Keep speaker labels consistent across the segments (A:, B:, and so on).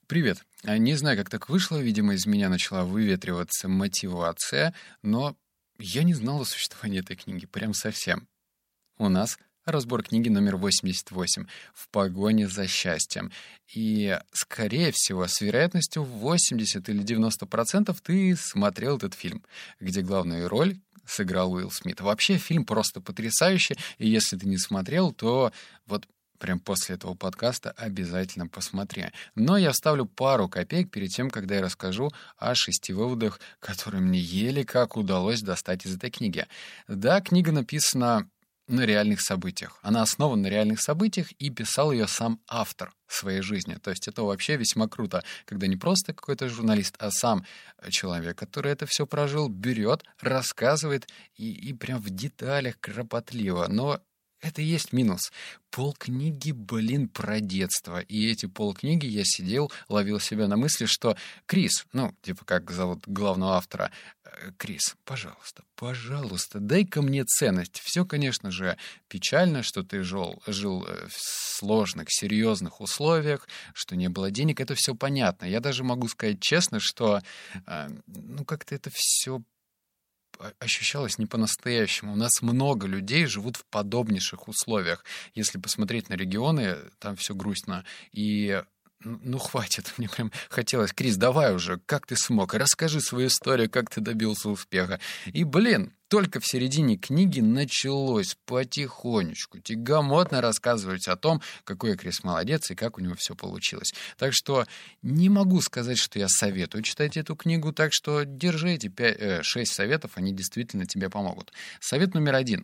A: Привет. Не знаю, как так вышло, видимо, из меня начала выветриваться мотивация, но я не знал о существовании этой книги, прям совсем. У нас разбор книги номер 88 «В погоне за счастьем». И, скорее всего, с вероятностью 80 или 90% ты смотрел этот фильм, где главную роль сыграл Уилл Смит. Вообще, фильм просто потрясающий, и если ты не смотрел, то вот прям после этого подкаста обязательно посмотри. Но я вставлю пару копеек перед тем, когда я расскажу о 6 выводах, которые мне еле как удалось достать из этой книги. Да, книга написана на реальных событиях. Она основана на реальных событиях, и писал ее сам автор своей жизни. То есть это вообще весьма круто, когда не просто какой-то журналист, а сам человек, который это все прожил, берет, рассказывает и прям в деталях кропотливо. Но это и есть минус. Полкниги, про детство. И эти полкниги я сидел, ловил себя на мысли, что Крис, типа как зовут главного автора, Крис, пожалуйста, дай-ка мне ценность. Все, конечно же, печально, что ты жил в сложных, серьезных условиях, что не было денег. Это все понятно. Я даже могу сказать честно, что как-то это все ощущалось не по-настоящему. У нас много людей живут в подобнейших условиях. Если посмотреть на регионы, там все грустно. И хватит, мне прям хотелось. Крис, давай уже, как ты смог? Расскажи свою историю, как ты добился успеха. И, только в середине книги началось потихонечку, тягомотно рассказывать о том, какой Крис молодец и как у него все получилось. Так что не могу сказать, что я советую читать эту книгу, так что держи эти 6 советов, они действительно тебе помогут. Совет номер 1.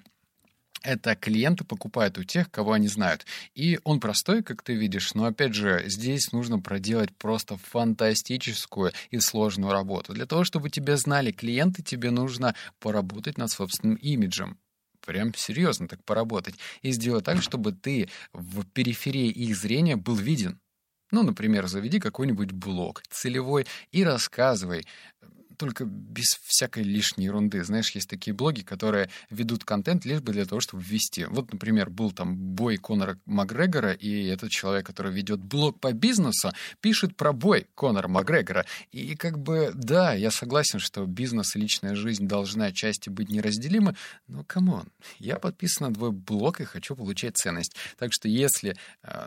A: Это клиенты покупают у тех, кого они знают. И он простой, как ты видишь, но, опять же, здесь нужно проделать просто фантастическую и сложную работу. Для того, чтобы тебя знали клиенты, тебе нужно поработать над собственным имиджем. Прям серьезно так поработать. И сделать так, чтобы ты в периферии их зрения был виден. Например, заведи какой-нибудь блог целевой и рассказывай, только без всякой лишней ерунды. Знаешь, есть такие блоги, которые ведут контент лишь бы для того, чтобы ввести. Вот, например, был там бой Конора Макгрегора, и этот человек, который ведет блог по бизнесу, пишет про бой Конора Макгрегора. И да, я согласен, что бизнес и личная жизнь должны отчасти быть неразделимы, но, камон, я подписан на твой блог и хочу получать ценность. Так что если,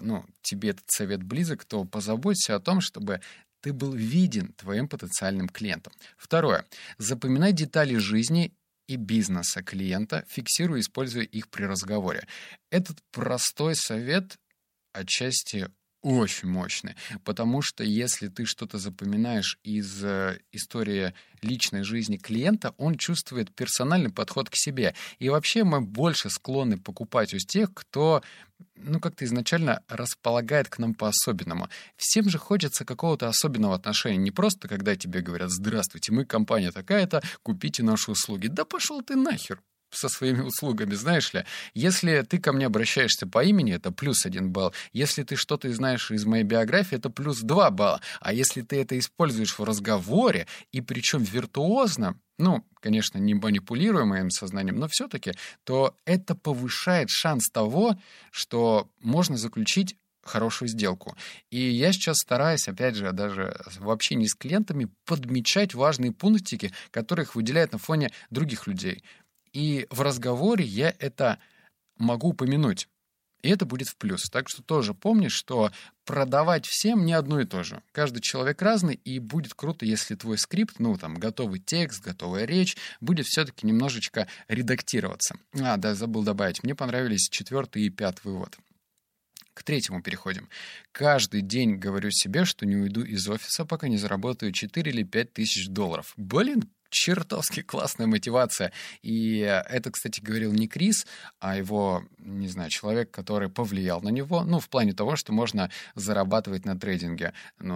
A: тебе этот совет близок, то позаботься о том, чтобы ты был виден твоим потенциальным клиентам. Второе. Запоминай детали жизни и бизнеса клиента, фиксируя и используя их при разговоре. Этот простой совет отчасти очень мощный, потому что если ты что-то запоминаешь из истории личной жизни клиента, он чувствует персональный подход к себе. И вообще мы больше склонны покупать у тех, кто как-то изначально располагает к нам по-особенному. Всем же хочется какого-то особенного отношения. Не просто, когда тебе говорят: «Здравствуйте, мы компания такая-то, купите наши услуги». Да пошел ты нахер со своими услугами, знаешь ли. Если ты ко мне обращаешься по имени, это плюс 1 балл. Если ты что-то знаешь из моей биографии, это плюс 2 балла. А если ты это используешь в разговоре, и причем виртуозно, конечно, не манипулируя моим сознанием, но все-таки, то это повышает шанс того, что можно заключить хорошую сделку. И я сейчас стараюсь, опять же, даже в общении с клиентами подмечать важные пунктики, которые их выделяют на фоне других людей. И в разговоре я это могу упомянуть. И это будет в плюс. Так что тоже помни, что продавать всем не одно и то же. Каждый человек разный, и будет круто, если твой скрипт, готовый текст, готовая речь, будет все-таки немножечко редактироваться. Да, забыл добавить. Мне понравились 4 и 5 вывод. К 3 переходим. Каждый день говорю себе, что не уйду из офиса, пока не заработаю 4 или 5 тысяч долларов. Чертовски классная мотивация. И это, кстати, говорил не Крис, а его, человек, который повлиял на него. В плане того, что можно зарабатывать на трейдинге.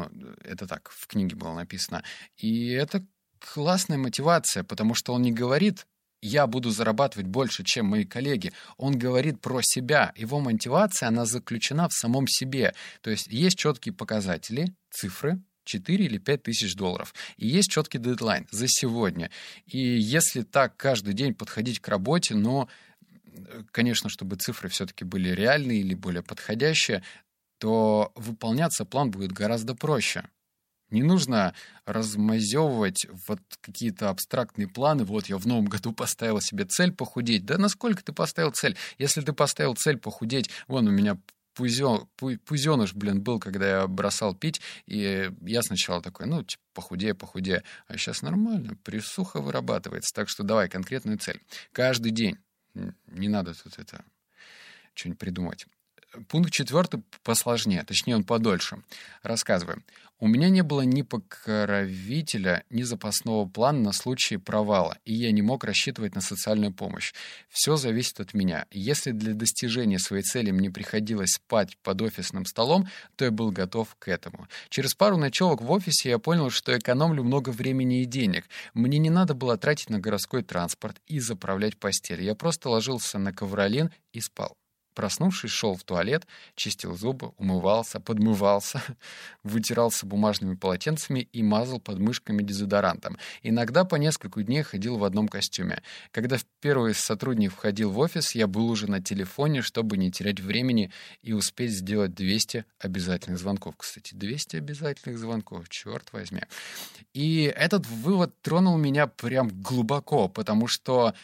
A: Это так в книге было написано. И это классная мотивация, потому что он не говорит: «Я буду зарабатывать больше, чем мои коллеги». Он говорит про себя. Его мотивация, она заключена в самом себе. То есть четкие показатели, цифры, 4 или 5 тысяч долларов. И есть четкий дедлайн за сегодня. И если так каждый день подходить к работе, конечно, чтобы цифры все-таки были реальные или более подходящие, то выполняться план будет гораздо проще. Не нужно размазевывать вот какие-то абстрактные планы. Вот я в новом году поставил себе цель похудеть. Да насколько ты поставил цель? Если ты поставил цель похудеть, вон у меня пузеныш, был, когда я бросал пить, и я сначала такой, типа, похудее, а сейчас нормально, присуха вырабатывается, так что давай конкретную цель. Каждый день. Не надо тут что-нибудь придумать. Пункт 4 посложнее, точнее он подольше. Рассказываю. У меня не было ни покровителя, ни запасного плана на случай провала, и я не мог рассчитывать на социальную помощь. Все зависит от меня. Если для достижения своей цели мне приходилось спать под офисным столом, то я был готов к этому. Через пару ночевок в офисе я понял, что экономлю много времени и денег. Мне не надо было тратить на городской транспорт и заправлять постель. Я просто ложился на ковролин и спал. Проснувшись, шел в туалет, чистил зубы, умывался, подмывался, вытирался бумажными полотенцами и мазал подмышками дезодорантом. Иногда по несколько дней ходил в одном костюме. Когда первый сотрудник входил в офис, я был уже на телефоне, чтобы не терять времени и успеть сделать 200 обязательных звонков. Кстати, 200 обязательных звонков, черт возьми. И этот вывод тронул меня прям глубоко, потому что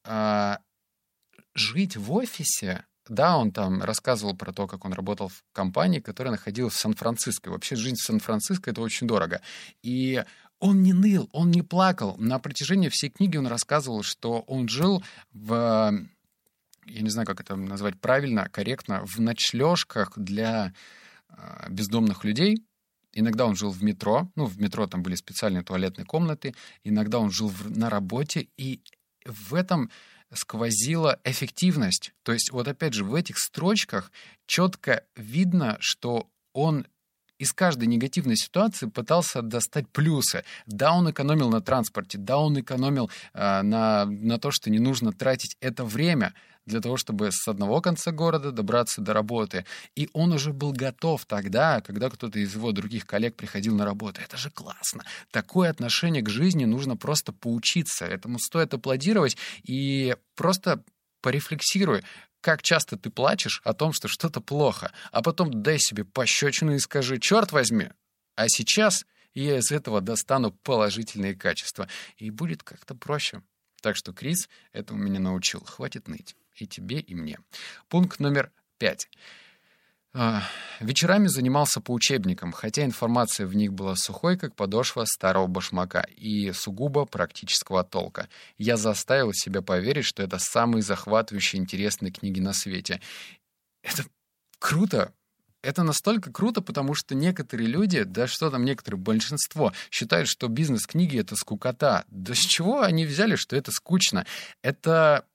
A: жить в офисе... Да, он там рассказывал про то, как он работал в компании, которая находилась в Сан-Франциско. Вообще жизнь в Сан-Франциско — это очень дорого. И он не ныл, он не плакал. На протяжении всей книги он рассказывал, что он жил я не знаю, как это назвать правильно, корректно, в ночлежках для бездомных людей. Иногда он жил в метро. В метро там были специальные туалетные комнаты. Иногда он жил на работе. И в этом сквозила эффективность. То есть вот опять же в этих строчках четко видно, что он из каждой негативной ситуации пытался достать плюсы. Да, он экономил на транспорте, да, он экономил на то, что не нужно тратить это время для того, чтобы с одного конца города добраться до работы. И он уже был готов тогда, когда кто-то из его других коллег приходил на работу. Это же классно. Такое отношение к жизни нужно просто поучиться. Этому стоит аплодировать и просто порефлексируй, как часто ты плачешь о том, что что-то плохо, а потом дай себе пощечину и скажи: «Черт возьми, а сейчас я из этого достану положительные качества». И будет как-то проще. Так что Крис этому меня научил. Хватит ныть. И тебе, и мне. Пункт номер 5. Вечерами занимался по учебникам, хотя информация в них была сухой, как подошва старого башмака, и сугубо практического толка. Я заставил себя поверить, что это самые захватывающие интересные книги на свете. Это круто. Это настолько круто, потому что некоторые люди, да что там некоторые, большинство, считают, что бизнес-книги — это скукота. Да с чего они взяли, что это скучно? Это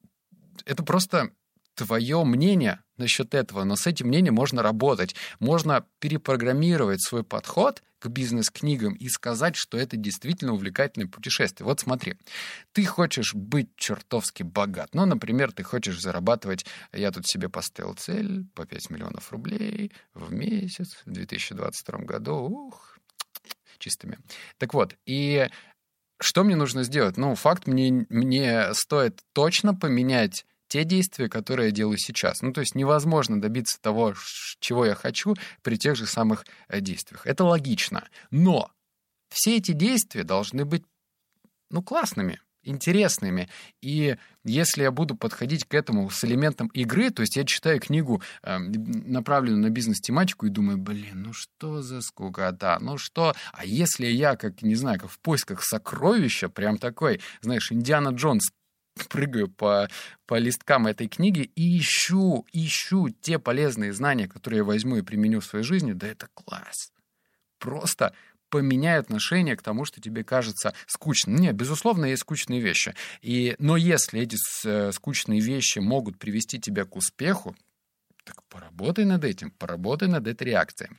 A: просто твое мнение насчет этого, но с этим мнением можно работать. Можно перепрограммировать свой подход к бизнес-книгам и сказать, что это действительно увлекательное путешествие. Вот смотри, ты хочешь быть чертовски богат. Например, ты хочешь зарабатывать, я тут себе поставил цель, по 5 миллионов рублей в месяц в 2022 году. Чистыми. Так вот, и что мне нужно сделать? Факт, мне стоит точно поменять те действия, которые я делаю сейчас. То есть невозможно добиться того, чего я хочу, при тех же самых действиях. Это логично. Но все эти действия должны быть, классными, интересными. И если я буду подходить к этому с элементом игры, то есть я читаю книгу, направленную на бизнес-тематику, и думаю: что за скукота, что? А если я, как в поисках сокровища, прям такой, Индиана Джонс, прыгаю по листкам этой книги и ищу те полезные знания, которые я возьму и применю в своей жизни, да это класс. Просто поменяй отношение к тому, что тебе кажется скучным. Нет, безусловно, есть скучные вещи. Но если эти скучные вещи могут привести тебя к успеху, так поработай над этим, поработай над этой реакцией.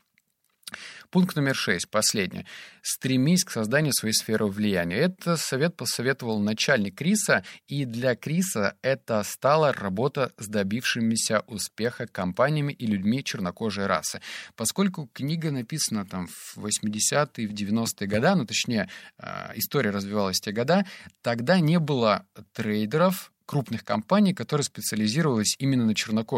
A: Пункт номер 6, последний. Стремись к созданию своей сферы влияния. Этот совет посоветовал начальник Криса, и для Криса это стала работа с добившимися успеха компаниями и людьми чернокожей расы. Поскольку книга написана в 80-е, в 90-е годы, точнее, история развивалась в те годы, тогда не было трейдеров, крупных компаний, которые специализировались именно на чернокожих.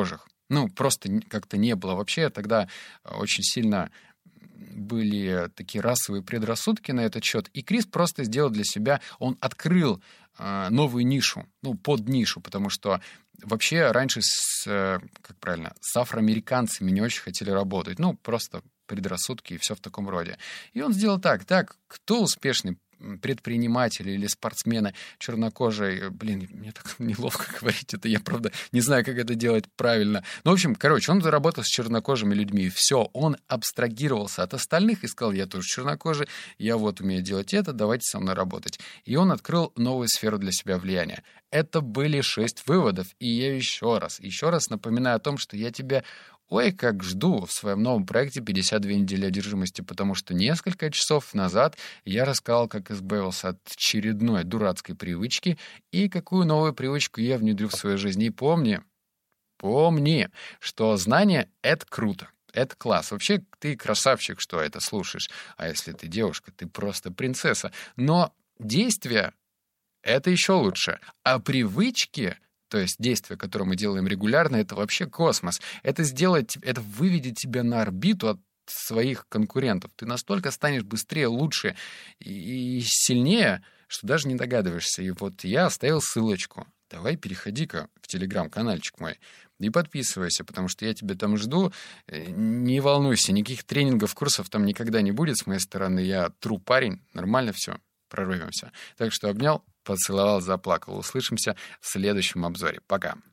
A: Ну, просто как-то не было. Вообще тогда очень сильно были такие расовые предрассудки на этот счет, и Крис просто сделал для себя, он открыл новую нишу, ну, под нишу, потому что вообще раньше как правильно, с афроамериканцами не очень хотели работать, ну, просто предрассудки и все в таком роде. И он сделал так, кто успешный предприниматели или спортсмены чернокожие. Блин, мне так неловко говорить это. Я, правда, не знаю, как это делать правильно. Ну, в общем, короче, он заработал с чернокожими людьми. Все, он абстрагировался от остальных и сказал, я тоже чернокожий, я вот умею делать это, давайте со мной работать. И он открыл новую сферу для себя влияния. Это были 6 выводов. И я еще раз напоминаю о том, что я тебя как жду в своем новом проекте «52 недели одержимости», потому что несколько часов назад я рассказал, как избавился от очередной дурацкой привычки и какую новую привычку я внедрю в свою жизнь. И помни, что знание — это круто. Это класс. Вообще, ты красавчик, что это слушаешь. А если ты девушка, ты просто принцесса. Но действие — это еще лучше. А привычки, то есть действия, которые мы делаем регулярно, это вообще космос. Это выведет тебя на орбиту от своих конкурентов. Ты настолько станешь быстрее, лучше и сильнее, что даже не догадываешься. И вот я оставил ссылочку. Давай переходи-ка в телеграм-канальчик мой и подписывайся, потому что я тебя там жду. Не волнуйся, никаких тренингов, курсов там никогда не будет с моей стороны. Я true парень, нормально все, прорвемся. Так что обнял, поцеловал, заплакал. Услышимся в следующем обзоре. Пока.